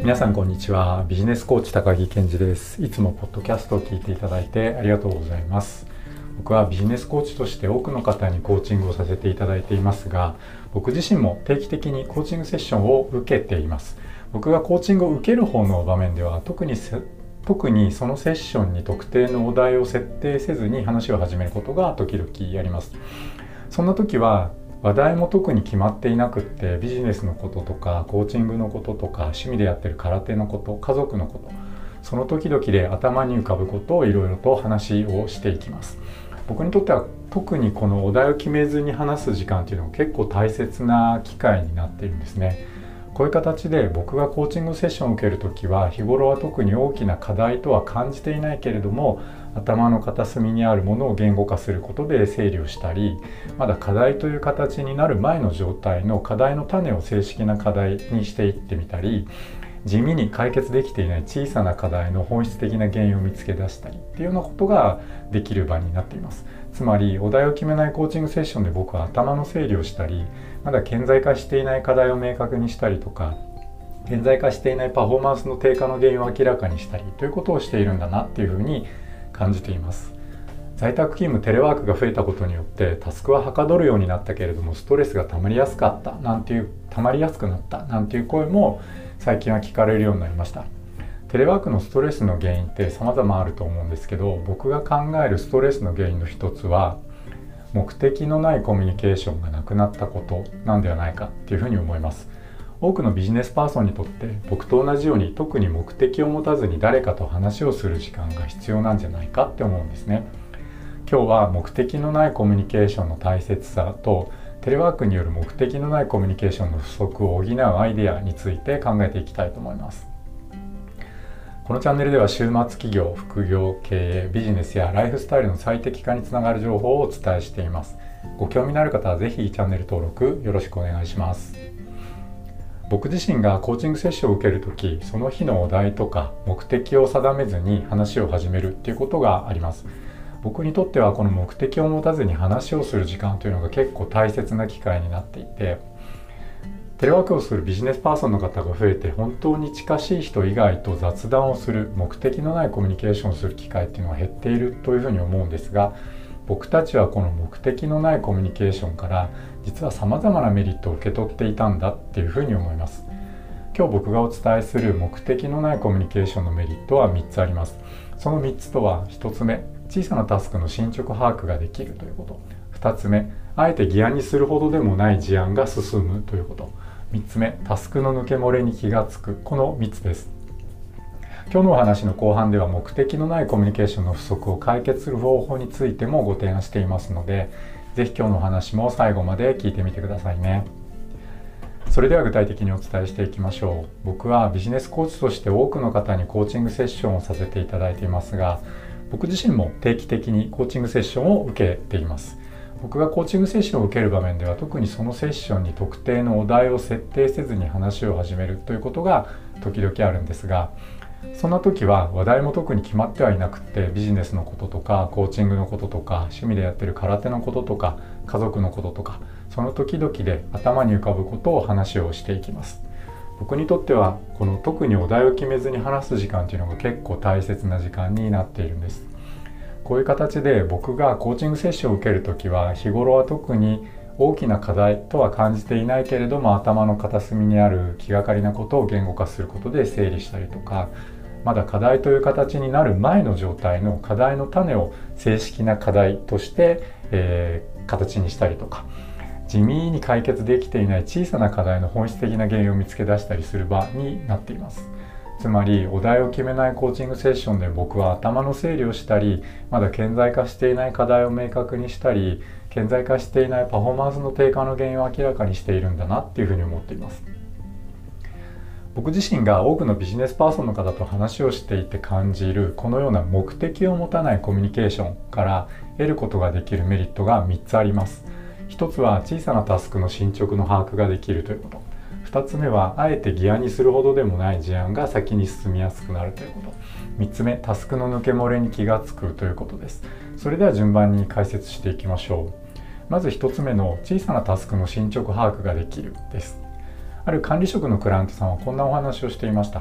皆さんこんにちは。ビジネスコーチ高木健二です。いつもポッドキャストを聞いていただいてありがとうございます。僕はビジネスコーチとして多くの方にコーチングをさせていただいていますが、僕自身も定期的にコーチングセッションを受けています。僕がコーチングを受ける方の場面では特にそのセッションに特定のお題を設定せずに話を始めることが時々あります。そんな時は話題も特に決まっていなくって、ビジネスのこととかコーチングのこととか趣味でやってる空手のこと、家族のこと、その時々で頭に浮かぶことをいろいろと話をしていきます。僕にとっては特にこのお題を決めずに話す時間っていうのも結構大切な機会になっているんですね。こういう形で僕がコーチングセッションを受けるときは、日頃は特に大きな課題とは感じていないけれども、頭の片隅にあるものを言語化することで整理をしたり、まだ課題という形になる前の状態の課題の種を正式な課題にしていってみたり、地味に解決できていない小さな課題の本質的な原因を見つけ出したりっていうようなことができる場になっています。つまりお題を決めないコーチングセッションで僕は頭の整理をしたり、まだ顕在化していない課題を明確にしたりとか、顕在化していないパフォーマンスの低下の原因を明らかにしたりということをしているんだなっていうふうに感じています。在宅勤務、テレワークが増えたことによってタスクははかどるようになったけれども、ストレスが溜まりやすくなったなんていう声も最近は聞かれるようになりました。テレワークのストレスの原因って様々あると思うんですけど、僕が考えるストレスの原因の一つは目的のないコミュニケーションがなくなったことなんではないかっていうふうに思います。多くのビジネスパーソンにとって僕と同じように特に目的を持たずに誰かと話をする時間が必要なんじゃないかって思うんですね。今日は目的のないコミュニケーションの大切さとテレワークによる目的のないコミュニケーションの不足を補うアイデアについて考えていきたいと思います。このチャンネルでは週末企業、副業、経営、ビジネスやライフスタイルの最適化につながる情報をお伝えしています。ご興味のある方はぜひチャンネル登録よろしくお願いします。僕自身がコーチングセッションを受けるとき、その日のお題とか目的を定めずに話を始めるっていうことがあります。僕にとってはこの目的を持たずに話をする時間というのが結構大切な機会になっていて、テレワークをするビジネスパーソンの方が増えて、本当に近しい人以外と雑談をする、目的のないコミュニケーションをする機会っていうのは減っているというふうに思うんですが、僕たちはこの目的のないコミュニケーションから実は様々なメリットを受け取っていたんだっていうふうに思います。今日僕がお伝えする目的のないコミュニケーションのメリットは3つあります。その3つとは、1つ目、小さなタスクの進捗把握ができるということ。2つ目、あえて議案にするほどでもない事案が進むということ。3つ目、タスクの抜け漏れに気がつく。この3つです。今日のお話の後半では目的のないコミュニケーションの不足を解決する方法についてもご提案していますので、ぜひ今日のお話も最後まで聞いてみてくださいね。それでは具体的にお伝えしていきましょう。僕はビジネスコーチとして多くの方にコーチングセッションをさせていただいていますが、僕自身も定期的にコーチングセッションを受けています。僕がコーチングセッションを受ける場面では、特にそのセッションに特定のお題を設定せずに話を始めるということが時々あるんですが、そんな時は話題も特に決まってはいなくて、ビジネスのこととかコーチングのこととか趣味でやってる空手のこととか家族のこととか、その時々で頭に浮かぶことを話をしていきます。僕にとってはこの特にお題を決めずに話す時間というのが結構大切な時間になっているんです。こういう形で僕がコーチングセッションを受けるときは、日頃は特に大きな課題とは感じていないけれども、頭の片隅にある気がかりなことを言語化することで整理したりとか、まだ課題という形になる前の状態の課題の種を正式な課題として、形にしたりとか、地味に解決できていない小さな課題の本質的な原因を見つけ出したりする場になっています。つまりお題を決めないコーチングセッションで僕は頭の整理をしたり、まだ顕在化していない課題を明確にしたり、顕在化していないパフォーマンスの低下の原因を明らかにしているんだなっていうふうに思っています。僕自身が多くのビジネスパーソンの方と話をしていて感じる、このような目的を持たないコミュニケーションから得ることができるメリットが3つあります。1つは小さなタスクの進捗の把握ができるということ。2つ目はあえて議案にするほどでもない事案が先に進みやすくなるということ。3つ目、タスクの抜け漏れに気がつくということです。それでは順番に解説していきましょう。まず1つ目の小さなタスクの進捗把握ができるです。ある管理職のクライアントさんはこんなお話をしていました。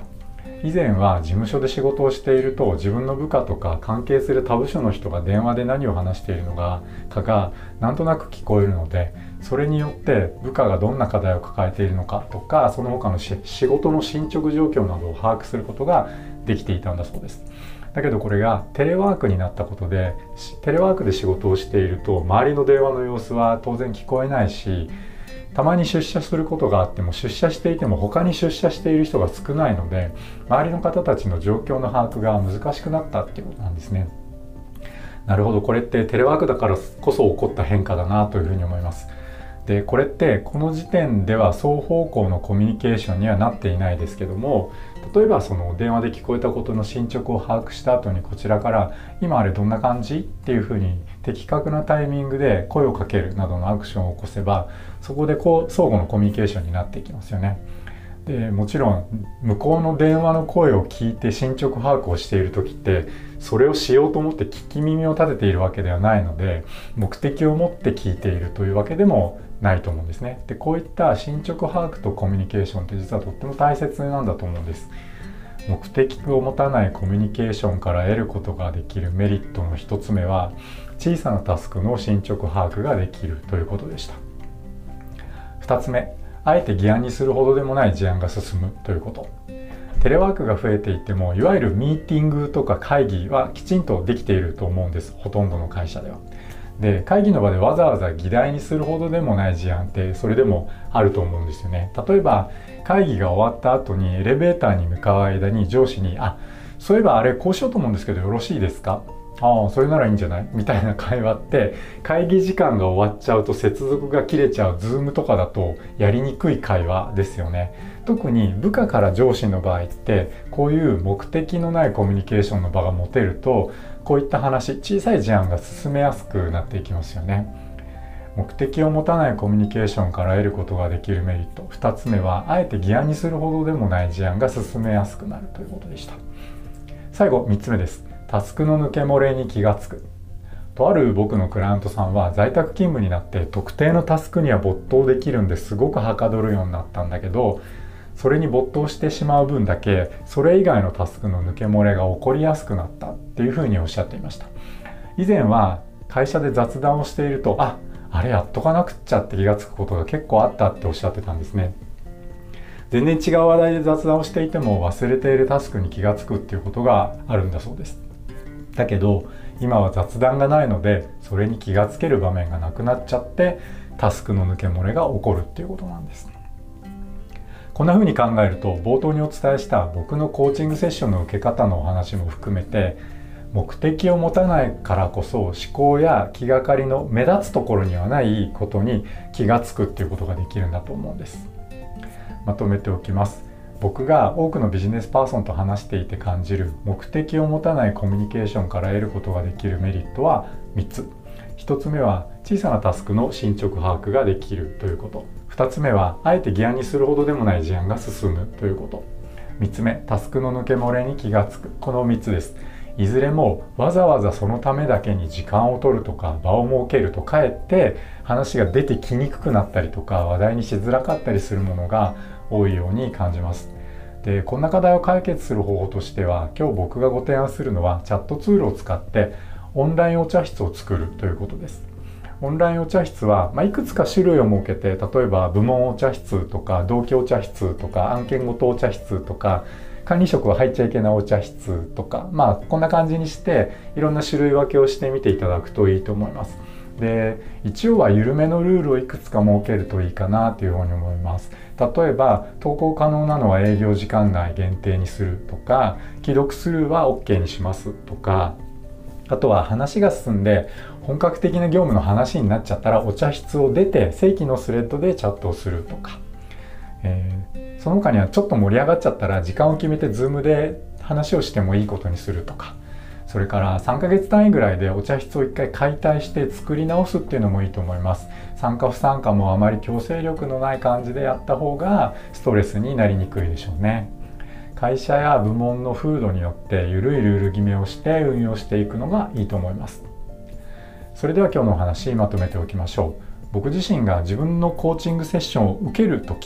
以前は事務所で仕事をしていると、自分の部下とか関係する他部署の人が電話で何を話しているのかがなんとなく聞こえるので、それによって部下がどんな課題を抱えているのかとか、その他の仕事の進捗状況などを把握することができていたんだそうです。だけどこれがテレワークになったことで、テレワークで仕事をしていると周りの電話の様子は当然聞こえないし、たまに出社することがあっても、出社していても他に出社している人が少ないので、周りの方たちの状況の把握が難しくなったっていうことなんですね。なるほど、これってテレワークだからこそ起こった変化だなというふうに思います。で、これってこの時点では双方向のコミュニケーションにはなっていないですけども、例えばその電話で聞こえたことの進捗を把握した後に、こちらから今あれどんな感じっていうふうに的確なタイミングで声をかけるなどのアクションを起こせば、そこで相互のコミュニケーションになっていきますよね。でもちろん向こうの電話の声を聞いて進捗把握をしている時って、それをしようと思って聞き耳を立てているわけではないので、目的を持って聞いているというわけでもないと思うんですね。で、こういった進捗把握とコミュニケーションって実はとっても大切なんだと思うんです。目的を持たないコミュニケーションから得ることができるメリットの一つ目は、小さなタスクの進捗把握ができるということでした。2つ目、あえて議案にするほどでもない事案が進むということ。テレワークが増えていても、いわゆるミーティングとか会議はきちんとできていると思うんです、ほとんどの会社では。で、会議の場でわざわざ議題にするほどでもない事案ってそれでもあると思うんですよね。例えば会議が終わった後にエレベーターに向かう間に上司にそういえばあれこうしようと思うんですけどよろしいですか、それならいいんじゃないみたいな会話って、会議時間が終わっちゃうと接続が切れちゃう Zoom とかだとやりにくい会話ですよね。特に部下から上司の場合って、こういう目的のないコミュニケーションの場が持てると、こういった話、小さい事案が進めやすくなっていきますよね。目的を持たないコミュニケーションから得ることができるメリット2つ目は、あえて議案にするほどでもない事案が進めやすくなるということでした。最後3つ目です。タスクの抜け漏れに気がつく。とある僕のクライアントさんは在宅勤務になって特定のタスクには没頭できるんですごくはかどるようになったんだけど、それに没頭してしまう分だけそれ以外のタスクの抜け漏れが起こりやすくなったっていうふうにおっしゃっていました。以前は会社で雑談をしていると、あれやっとかなくっちゃって気がつくことが結構あったっておっしゃってたんですね。全然違う話題で雑談をしていても忘れているタスクに気がつくっていうことがあるんだそうです。だけど今は雑談がないので、それに気がつける場面がなくなっちゃってタスクの抜け漏れが起こるっていうことなんです。こんな風に考えると、冒頭にお伝えした僕のコーチングセッションの受け方のお話も含めて、目的を持たないからこそ思考や気がかりの目立つところにはないことに気がつくっていうことができるんだと思うんです。まとめておきます。僕が多くのビジネスパーソンと話していて感じる目的を持たないコミュニケーションから得ることができるメリットは3つ。1つ目は小さなタスクの進捗把握ができるということ。2つ目はあえて議案にするほどでもない事案が進むということ。3つ目、タスクの抜け漏れに気がつく。この3つです。いずれもわざわざそのためだけに時間を取るとか場を設けるとかえって話が出てきにくくなったりとか話題にしづらかったりするものが多いように感じます。で、こんな課題を解決する方法としては、今日僕がご提案するのはチャットツールを使ってオンラインお茶室を作るということです。オンラインお茶室は、いくつか種類を設けて、例えば部門お茶室とか同期お茶室とか案件ごとお茶室とか管理職は入っちゃいけないお茶室とか、こんな感じにしていろんな種類分けをしてみていただくといいと思います。で、一応は緩めのルールをいくつか設けるといいかなというふうに思います。例えば投稿可能なのは営業時間内限定にするとか、既読スルーは OK にしますとか、あとは話が進んで本格的な業務の話になっちゃったらお茶室を出て正規のスレッドでチャットをするとか、その他にはちょっと盛り上がっちゃったら時間を決めて Zoom で話をしてもいいことにするとか、それから3ヶ月単位ぐらいでお茶室を一回解体して作り直すっていうのもいいと思います。参加不参加もあまり強制力のない感じでやった方がストレスになりにくいでしょうね。会社や部門の風土によって緩いルール決めをして運用していくのがいいと思います。それでは今日のお話まとめておきましょう。僕自身が自分のコーチングセッションを受けるとき、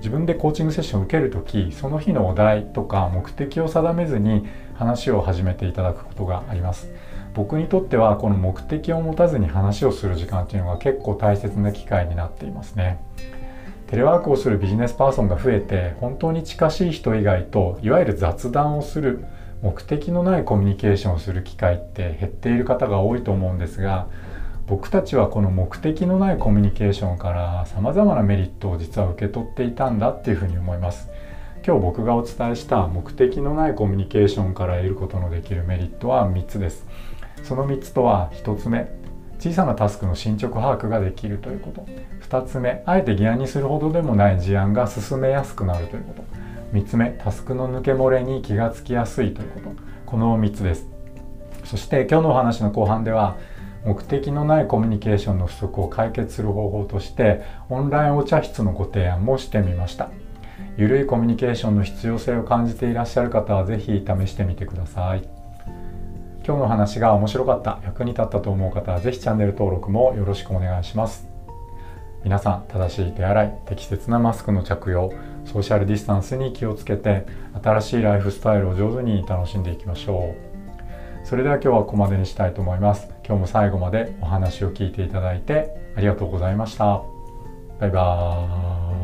自分でコーチングセッションを受けるとき、その日のお題とか目的を定めずに話を始めていただくことがあります。僕にとってはこの目的を持たずに話をする時間っていうのが結構大切な機会になっていますね。テレワークをするビジネスパーソンが増えて、本当に近しい人以外といわゆる雑談をする、目的のないコミュニケーションをする機会って減っている方が多いと思うんですが、僕たちはこの目的のないコミュニケーションから様々なメリットを実は受け取っていたんだっていうふうに思います。今日僕がお伝えした目的のないコミュニケーションから得ることのできるメリットは3つです。その3つとは、1つ目、小さなタスクの進捗把握ができるということ。2つ目、あえて議案にするほどでもない事案が進めやすくなるということ。3つ目、タスクの抜け漏れに気がつきやすいということ。この3つです。そして今日のお話の後半では、目的のないコミュニケーションの不足を解決する方法として、オンラインお茶室のご提案もしてみました。ゆるいコミュニケーションの必要性を感じていらっしゃる方はぜひ試してみてください。今日の話が面白かった、役に立ったと思う方はぜひチャンネル登録もよろしくお願いします。皆さん、正しい手洗い、適切なマスクの着用、ソーシャルディスタンスに気をつけて、新しいライフスタイルを上手に楽しんでいきましょう。それでは今日はここまでにしたいと思います。今日も最後までお話を聞いていただいてありがとうございました。バイバーイ。